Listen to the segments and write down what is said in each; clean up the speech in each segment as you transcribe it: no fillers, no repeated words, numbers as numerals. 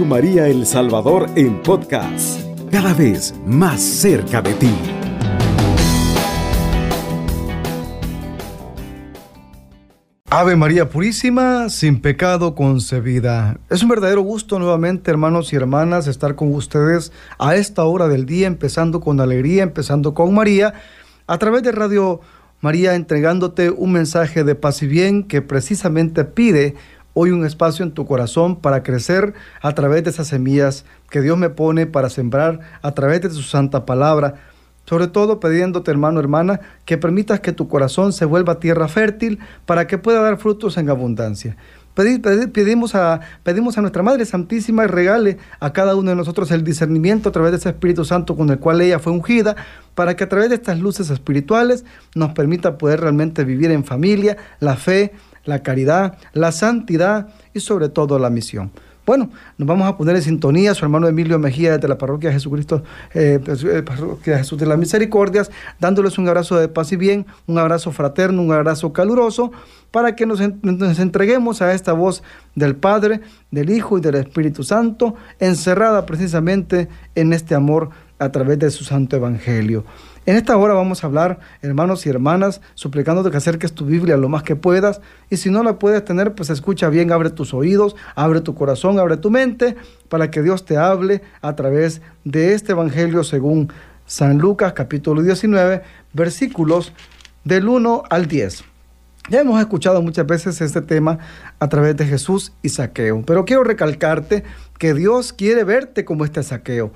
Radio María El Salvador en podcast, cada vez más cerca de ti. Ave María Purísima, sin pecado concebida. Es un verdadero gusto nuevamente, hermanos y hermanas, estar con ustedes a esta hora del día, empezando con alegría, empezando con María, a través de Radio María, entregándote un mensaje de paz y bien que precisamente pide hoy un espacio en tu corazón para crecer a través de esas semillas que Dios me pone para sembrar a través de su santa palabra. Sobre todo pidiéndote, hermano, hermana, que permitas que tu corazón se vuelva tierra fértil para que pueda dar frutos en abundancia. Pedimos a nuestra Madre Santísima y regale a cada uno de nosotros el discernimiento a través de ese Espíritu Santo con el cual ella fue ungida, para que a través de estas luces espirituales nos permita poder realmente vivir en familia, la fe, la caridad, la santidad y sobre todo la misión. Bueno, nos vamos a poner en sintonía. Su hermano Emilio Mejía desde la Parroquia Jesucristo, Parroquia Jesús de las Misericordias, dándoles un abrazo de paz y bien, un abrazo fraterno, un abrazo caluroso, para que nos entreguemos a esta voz del Padre, del Hijo y del Espíritu Santo, encerrada precisamente en este amor a través de su Santo Evangelio. En esta hora vamos a hablar, hermanos y hermanas, suplicándote que acerques tu Biblia lo más que puedas, y si no la puedes tener, pues escucha bien, abre tus oídos, abre tu corazón, abre tu mente, para que Dios te hable a través de este Evangelio según San Lucas, capítulo 19, versículos del 1 al 10. Ya hemos escuchado muchas veces este tema a través de Jesús y Zaqueo, pero quiero recalcarte que Dios quiere verte como este Zaqueo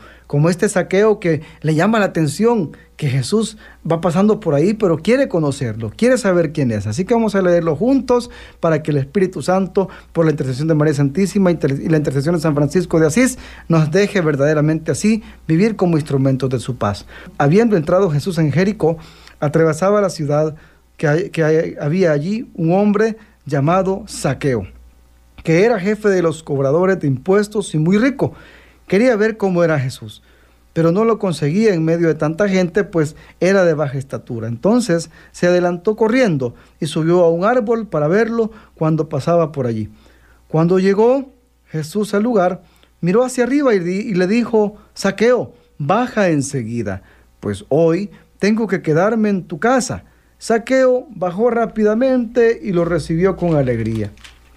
que le llama la atención, que Jesús va pasando por ahí, pero quiere conocerlo, quiere saber quién es. Así que vamos a leerlo juntos para que el Espíritu Santo, por la intercesión de María Santísima y la intercesión de San Francisco de Asís, nos deje verdaderamente así vivir como instrumentos de su paz. Habiendo entrado Jesús en Jericó, atravesaba la ciudad que había allí un hombre llamado Zaqueo, que era jefe de los cobradores de impuestos y muy rico. Quería ver cómo era Jesús, pero no lo conseguía en medio de tanta gente, pues era de baja estatura. Entonces se adelantó corriendo y subió a un árbol para verlo cuando pasaba por allí. Cuando llegó Jesús al lugar, miró hacia arriba y le dijo: Zaqueo, baja enseguida, pues hoy tengo que quedarme en tu casa. Zaqueo bajó rápidamente y lo recibió con alegría.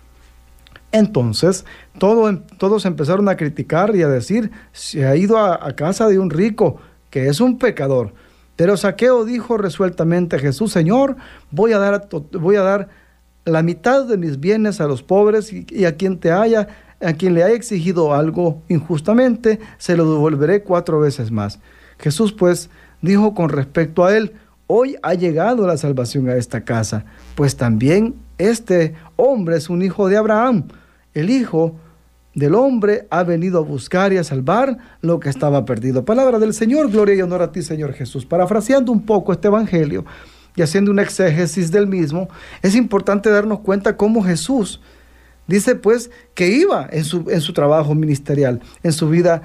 Entonces todos empezaron a criticar y a decir: se ha ido a casa de un rico, que es un pecador. Pero Zaqueo dijo resueltamente a Jesús: Señor, voy a dar la mitad de mis bienes a los pobres, y a quien le haya exigido algo injustamente, se lo devolveré 4 veces más. Jesús pues dijo con respecto a él: hoy ha llegado la salvación a esta casa, pues también este hombre es un hijo de Abraham. El Hijo del Hombre ha venido a buscar y a salvar lo que estaba perdido. Palabra del Señor, gloria y honor a ti, Señor Jesús. Parafraseando un poco este Evangelio y haciendo una exégesis del mismo, es importante darnos cuenta cómo Jesús dice pues que iba en su trabajo ministerial, en su vida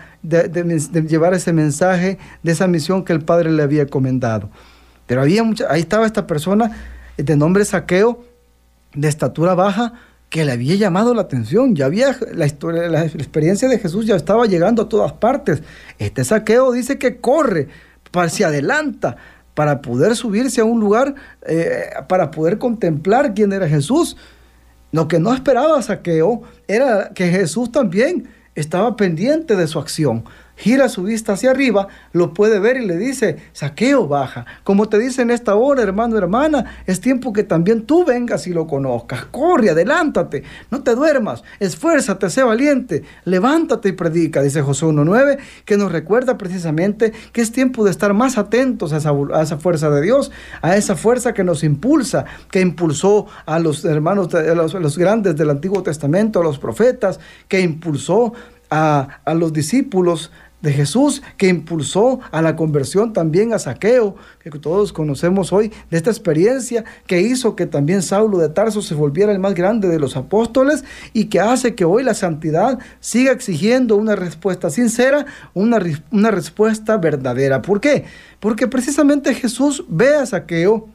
de llevar ese mensaje, de esa misión que el Padre le había encomendado. Pero ahí estaba esta persona de nombre Zaqueo, de estatura baja, que le había llamado la atención. Ya había la experiencia de Jesús ya estaba llegando a todas partes. Este Zaqueo dice que corre, se adelanta para poder subirse a un lugar, para poder contemplar quién era Jesús. Lo que no esperaba Zaqueo era que Jesús también estaba pendiente de su acción. Gira su vista hacia arriba, lo puede ver y le dice: Zaqueo, baja. Como te dice en esta hora, hermano, hermana, es tiempo que también tú vengas y lo conozcas. Corre, adelántate, no te duermas, esfuérzate, sé valiente, levántate y predica, dice Josué 1:9, que nos recuerda precisamente que es tiempo de estar más atentos a esa fuerza de Dios, a esa fuerza que nos impulsa, que impulsó a los hermanos, a los grandes del Antiguo Testamento, a los profetas, que impulsó a los discípulos de Jesús, que impulsó a la conversión también a Zaqueo, que todos conocemos hoy, de esta experiencia que hizo que también Saulo de Tarso se volviera el más grande de los apóstoles, y que hace que hoy la santidad siga exigiendo una respuesta sincera, una respuesta verdadera. ¿Por qué? Porque precisamente Jesús ve a Zaqueo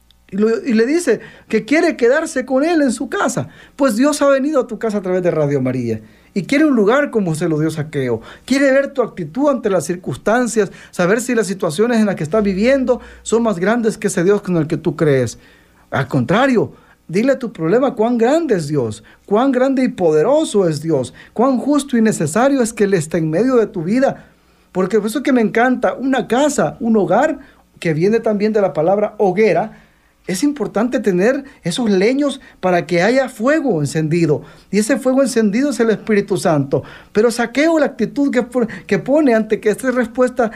y le dice que quiere quedarse con él en su casa. Pues Dios ha venido a tu casa a través de Radio María. y quiere un lugar como se lo dio Zaqueo. Quiere ver tu actitud ante las circunstancias, saber si las situaciones en las que estás viviendo son más grandes que ese Dios con el que tú crees. Al contrario, dile a tu problema cuán grande es Dios, cuán grande y poderoso es Dios, cuán justo y necesario es que Él esté en medio de tu vida. Porque por eso que me encanta una casa, un hogar, que viene también de la palabra hoguera. Es importante tener esos leños para que haya fuego encendido. Y ese fuego encendido es el Espíritu Santo. Pero Zaqueo, la actitud que pone ante que esta respuesta,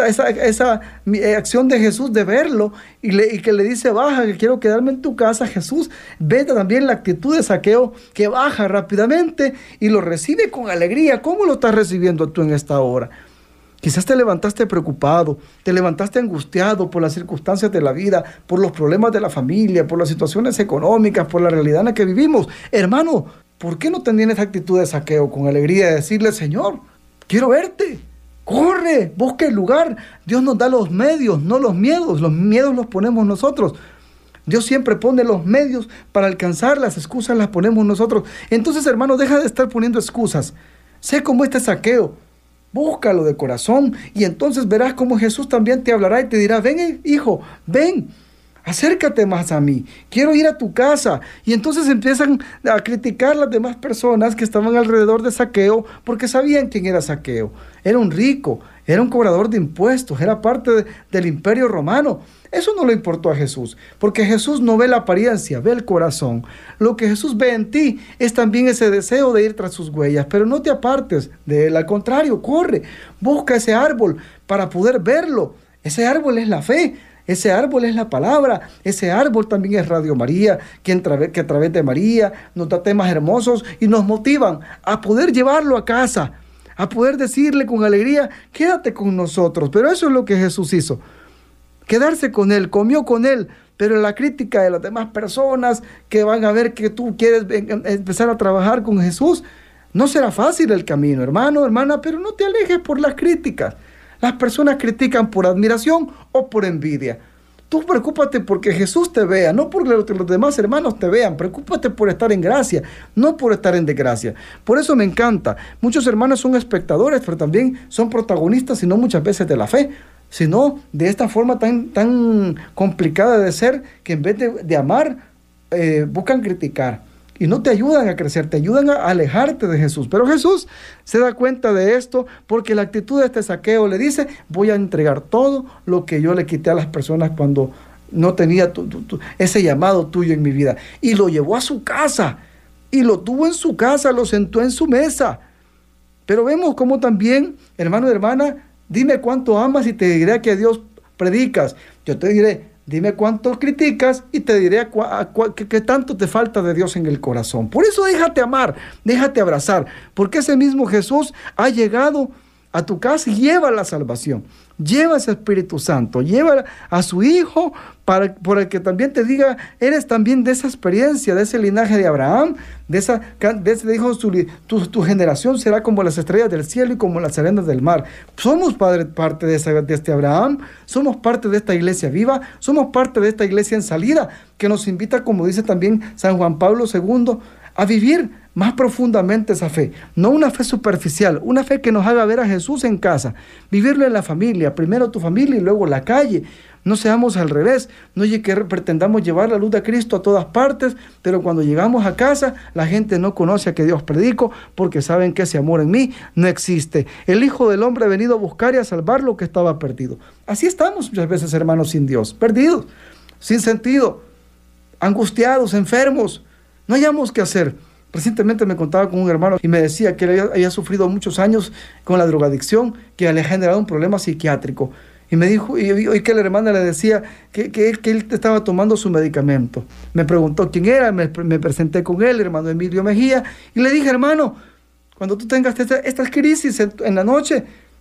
esa acción de Jesús de verlo y que le dice, baja, que quiero quedarme en tu casa. Jesús ve también la actitud de Zaqueo, que baja rápidamente y lo recibe con alegría. ¿Cómo lo estás recibiendo tú en esta hora? Quizás te levantaste preocupado, te levantaste angustiado por las circunstancias de la vida, por los problemas de la familia, por las situaciones económicas, por la realidad en la que vivimos. Hermano, ¿por qué no tenías esa actitud de Zaqueo con alegría de decirle, Señor, quiero verte? Corre, busca el lugar. Dios nos da los medios, no los miedos. Los miedos los ponemos nosotros. Dios siempre pone los medios para alcanzar, las excusas las ponemos nosotros. Entonces, hermano, deja de estar poniendo excusas. Sé como este Zaqueo. Búscalo de corazón y entonces verás cómo Jesús también te hablará y te dirá, ven hijo, ven, acércate más a mí, quiero ir a tu casa. Y entonces empiezan a criticar las demás personas que estaban alrededor de Zaqueo porque sabían quién era Zaqueo. Era un rico, era un cobrador de impuestos, era parte del imperio romano. Eso no le importó a Jesús, porque Jesús no ve la apariencia, ve el corazón. Lo que Jesús ve en ti es también ese deseo de ir tras sus huellas, pero no te apartes de él, al contrario, corre, busca ese árbol para poder verlo. Ese árbol es la fe, ese árbol es la palabra, ese árbol también es Radio María, que a través de María nos da temas hermosos y nos motivan a poder llevarlo a casa, a poder decirle con alegría, quédate con nosotros. Pero eso es lo que Jesús hizo. Quedarse con él, comió con él, pero la crítica de las demás personas que van a ver que tú quieres empezar a trabajar con Jesús, no será fácil el camino, hermano, hermana, pero no te alejes por las críticas. Las personas critican por admiración o por envidia. Tú preocúpate porque Jesús te vea, no porque los demás hermanos te vean. Preocúpate por estar en gracia, no por estar en desgracia. Por eso me encanta. Muchos hermanos son espectadores, pero también son protagonistas, y no muchas veces de la fe, sino de esta forma tan complicada de ser, que en vez de amar, buscan criticar. Y no te ayudan a crecer, te ayudan a alejarte de Jesús. Pero Jesús se da cuenta de esto porque la actitud de este Zaqueo le dice, voy a entregar todo lo que yo le quité a las personas cuando no tenía ese llamado tuyo en mi vida. Y lo llevó a su casa, y lo tuvo en su casa, lo sentó en su mesa. Pero vemos cómo también, hermano y hermana, dime cuánto amas y te diré que a Dios predicas. Yo te diré, dime cuánto criticas y te diré qué tanto te falta de Dios en el corazón. Por eso déjate amar, déjate abrazar, porque ese mismo Jesús ha llegado a tu casa y lleva la salvación, lleva ese Espíritu Santo, lleva a su Hijo por el que también te diga, eres también de esa experiencia, de ese linaje de Abraham, de ese dijo, tu generación será como las estrellas del cielo y como las arenas del mar. Somos parte de este Abraham, somos parte de esta iglesia viva, somos parte de esta iglesia en salida, que nos invita, como dice también San Juan Pablo II, a vivir más profundamente esa fe, no una fe superficial, una fe que nos haga ver a Jesús en casa, vivirlo en la familia, primero tu familia y luego la calle. No seamos al revés, no que pretendamos llevar la luz de Cristo a todas partes, pero cuando llegamos a casa la gente no conoce a que Dios predico, porque saben que ese amor en mí no existe. El Hijo del Hombre ha venido a buscar y a salvar lo que estaba perdido. Así estamos muchas veces, hermanos, sin Dios, perdidos, sin sentido, angustiados, enfermos. No hayamos qué hacer. Recientemente me contaba con un hermano y me decía que él había sufrido muchos años con la drogadicción, que le ha generado un problema psiquiátrico. Y me dijo, y que la hermana le decía que él estaba tomando su medicamento. Me preguntó quién era, me presenté con él, hermano Emilio Mejía, y le dije, hermano, cuando tú tengas estas crisis en la noche,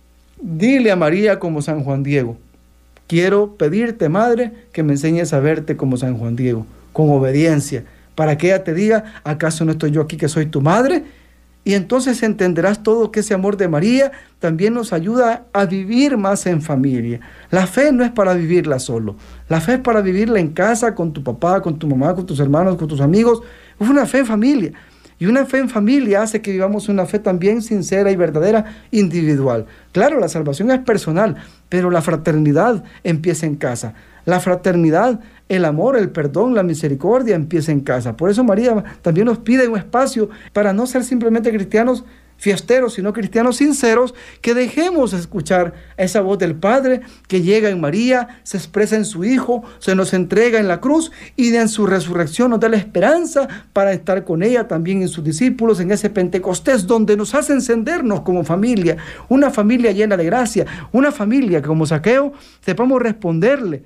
dile a María como San Juan Diego. Quiero pedirte, madre, que me enseñes a verte como San Juan Diego, con obediencia, para que ella te diga, ¿acaso no estoy yo aquí que soy tu madre? Y entonces entenderás todo que ese amor de María también nos ayuda a vivir más en familia. La fe no es para vivirla solo. La fe es para vivirla en casa, con tu papá, con tu mamá, con tus hermanos, con tus amigos. Es una fe en familia. Y una fe en familia hace que vivamos una fe también sincera y verdadera, individual. Claro, la salvación es personal, pero la fraternidad empieza en casa. La fraternidad, el amor, el perdón, la misericordia empieza en casa. Por eso María también nos pide un espacio para no ser simplemente cristianos fiesteros, sino cristianos sinceros, que dejemos escuchar esa voz del Padre que llega en María, se expresa en su Hijo, se nos entrega en la cruz y en su resurrección nos da la esperanza para estar con ella también en sus discípulos en ese Pentecostés donde nos hace encendernos como familia, una familia llena de gracia, una familia que como Zaqueo sepamos responderle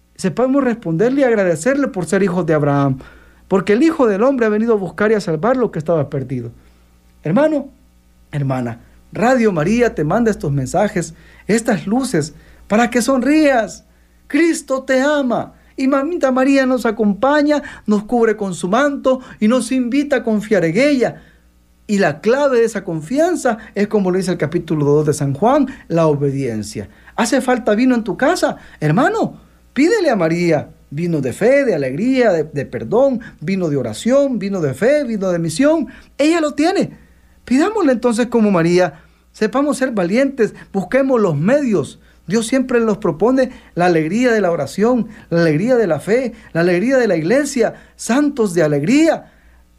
y agradecerle por ser hijos de Abraham, porque el Hijo del Hombre ha venido a buscar y a salvar lo que estaba perdido. Hermano, hermana, Radio María te manda estos mensajes, estas luces, para que sonrías. Cristo te ama. Y Mamita María nos acompaña, nos cubre con su manto y nos invita a confiar en ella. Y la clave de esa confianza es, como lo dice el capítulo 2 de San Juan, la obediencia. ¿Hace falta vino en tu casa? Hermano, pídele a María vino de fe, de alegría, de perdón, vino de oración, vino de fe, vino de misión. Ella lo tiene. Pidámosle entonces como María, sepamos ser valientes, busquemos los medios. Dios siempre nos propone la alegría de la oración, la alegría de la fe, la alegría de la iglesia, santos de alegría.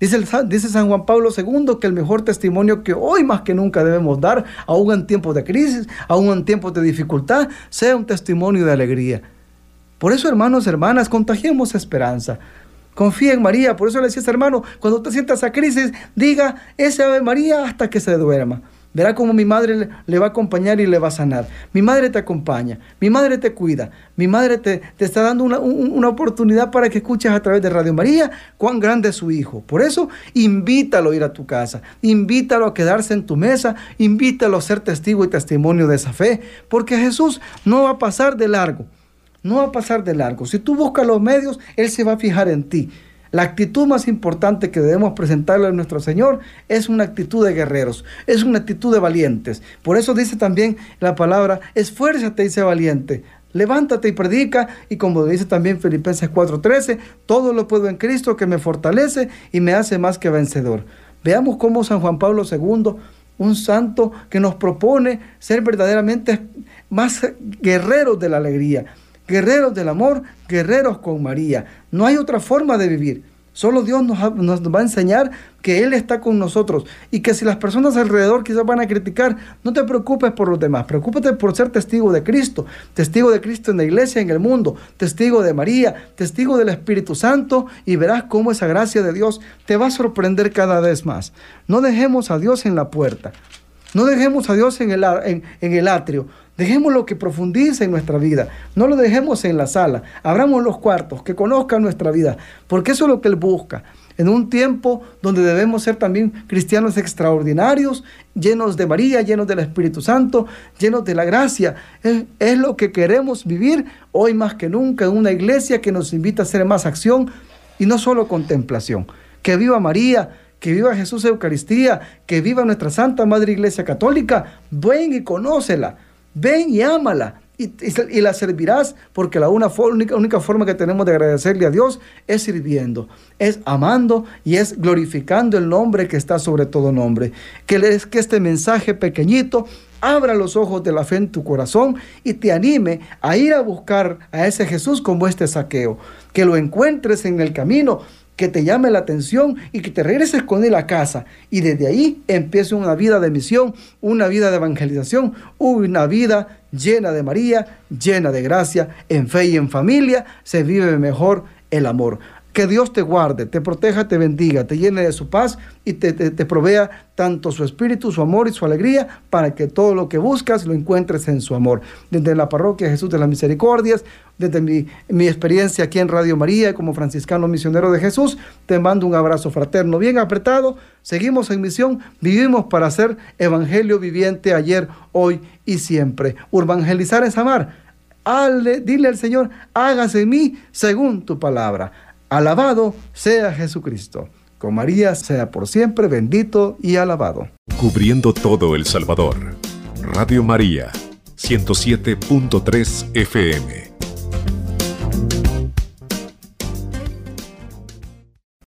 Dice San Juan Pablo II que el mejor testimonio que hoy más que nunca debemos dar, aún en tiempos de crisis, aún en tiempos de dificultad, sea un testimonio de alegría. Por eso, hermanos, hermanas, contagiemos esperanza. Confía en María. Por eso le decías, hermano, cuando te sientas a crisis, diga ese Ave María hasta que se duerma. Verá cómo mi madre le va a acompañar y le va a sanar. Mi madre te acompaña, mi madre te cuida, mi madre te está dando una oportunidad para que escuches a través de Radio María cuán grande es su Hijo. Por eso, invítalo a ir a tu casa, invítalo a quedarse en tu mesa, invítalo a ser testigo y testimonio de esa fe, porque Jesús no va a pasar de largo. No va a pasar de largo. Si tú buscas los medios, Él se va a fijar en ti. La actitud más importante que debemos presentarle a nuestro Señor es una actitud de guerreros, es una actitud de valientes. Por eso dice también la palabra, esfuérzate y sé valiente. Levántate y predica, y como dice también Filipenses 4:13, todo lo puedo en Cristo que me fortalece y me hace más que vencedor. Veamos cómo San Juan Pablo II, un santo que nos propone ser verdaderamente más guerreros de la alegría, guerreros del amor, guerreros con María. No hay otra forma de vivir. Solo Dios nos va a enseñar que Él está con nosotros y que si las personas alrededor quizás van a criticar, no te preocupes por los demás. Preocúpate por ser testigo de Cristo en la iglesia, en el mundo, testigo de María, testigo del Espíritu Santo, y verás cómo esa gracia de Dios te va a sorprender cada vez más. No dejemos a Dios en la puerta. No dejemos a Dios en el atrio. Dejémoslo que profundice en nuestra vida. No lo dejemos en la sala. Abramos los cuartos, que conozca nuestra vida. Porque eso es lo que Él busca. En un tiempo donde debemos ser también cristianos extraordinarios, llenos de María, llenos del Espíritu Santo, llenos de la gracia. Es lo que queremos vivir hoy más que nunca en una iglesia que nos invita a hacer más acción y no solo contemplación. Que viva María, que viva Jesús Eucaristía, que viva nuestra Santa Madre Iglesia Católica. Ven y conócela, ven y ámala y la servirás, porque la única forma que tenemos de agradecerle a Dios es sirviendo, es amando y es glorificando el nombre que está sobre todo nombre. Que este mensaje pequeñito abra los ojos de la fe en tu corazón y te anime a ir a buscar a ese Jesús como este Zaqueo, que lo encuentres en el camino, que te llame la atención y que te regreses con Él a casa. Y desde ahí empiece una vida de misión, una vida de evangelización, una vida llena de María, llena de gracia. En fe y en familia se vive mejor el amor. Que Dios te guarde, te proteja, te bendiga, te llene de su paz y te provea tanto su espíritu, su amor y su alegría, para que todo lo que buscas lo encuentres en su amor. Desde la parroquia Jesús de las Misericordias, desde mi experiencia aquí en Radio María como franciscano misionero de Jesús, te mando un abrazo fraterno bien apretado. Seguimos en misión, vivimos para hacer evangelio viviente ayer, hoy y siempre. Urbangelizar es amar. Dile al Señor, hágase en mí según tu palabra. Alabado sea Jesucristo. Con María sea por siempre bendito y alabado. Cubriendo todo El Salvador. Radio María, 107.3 FM.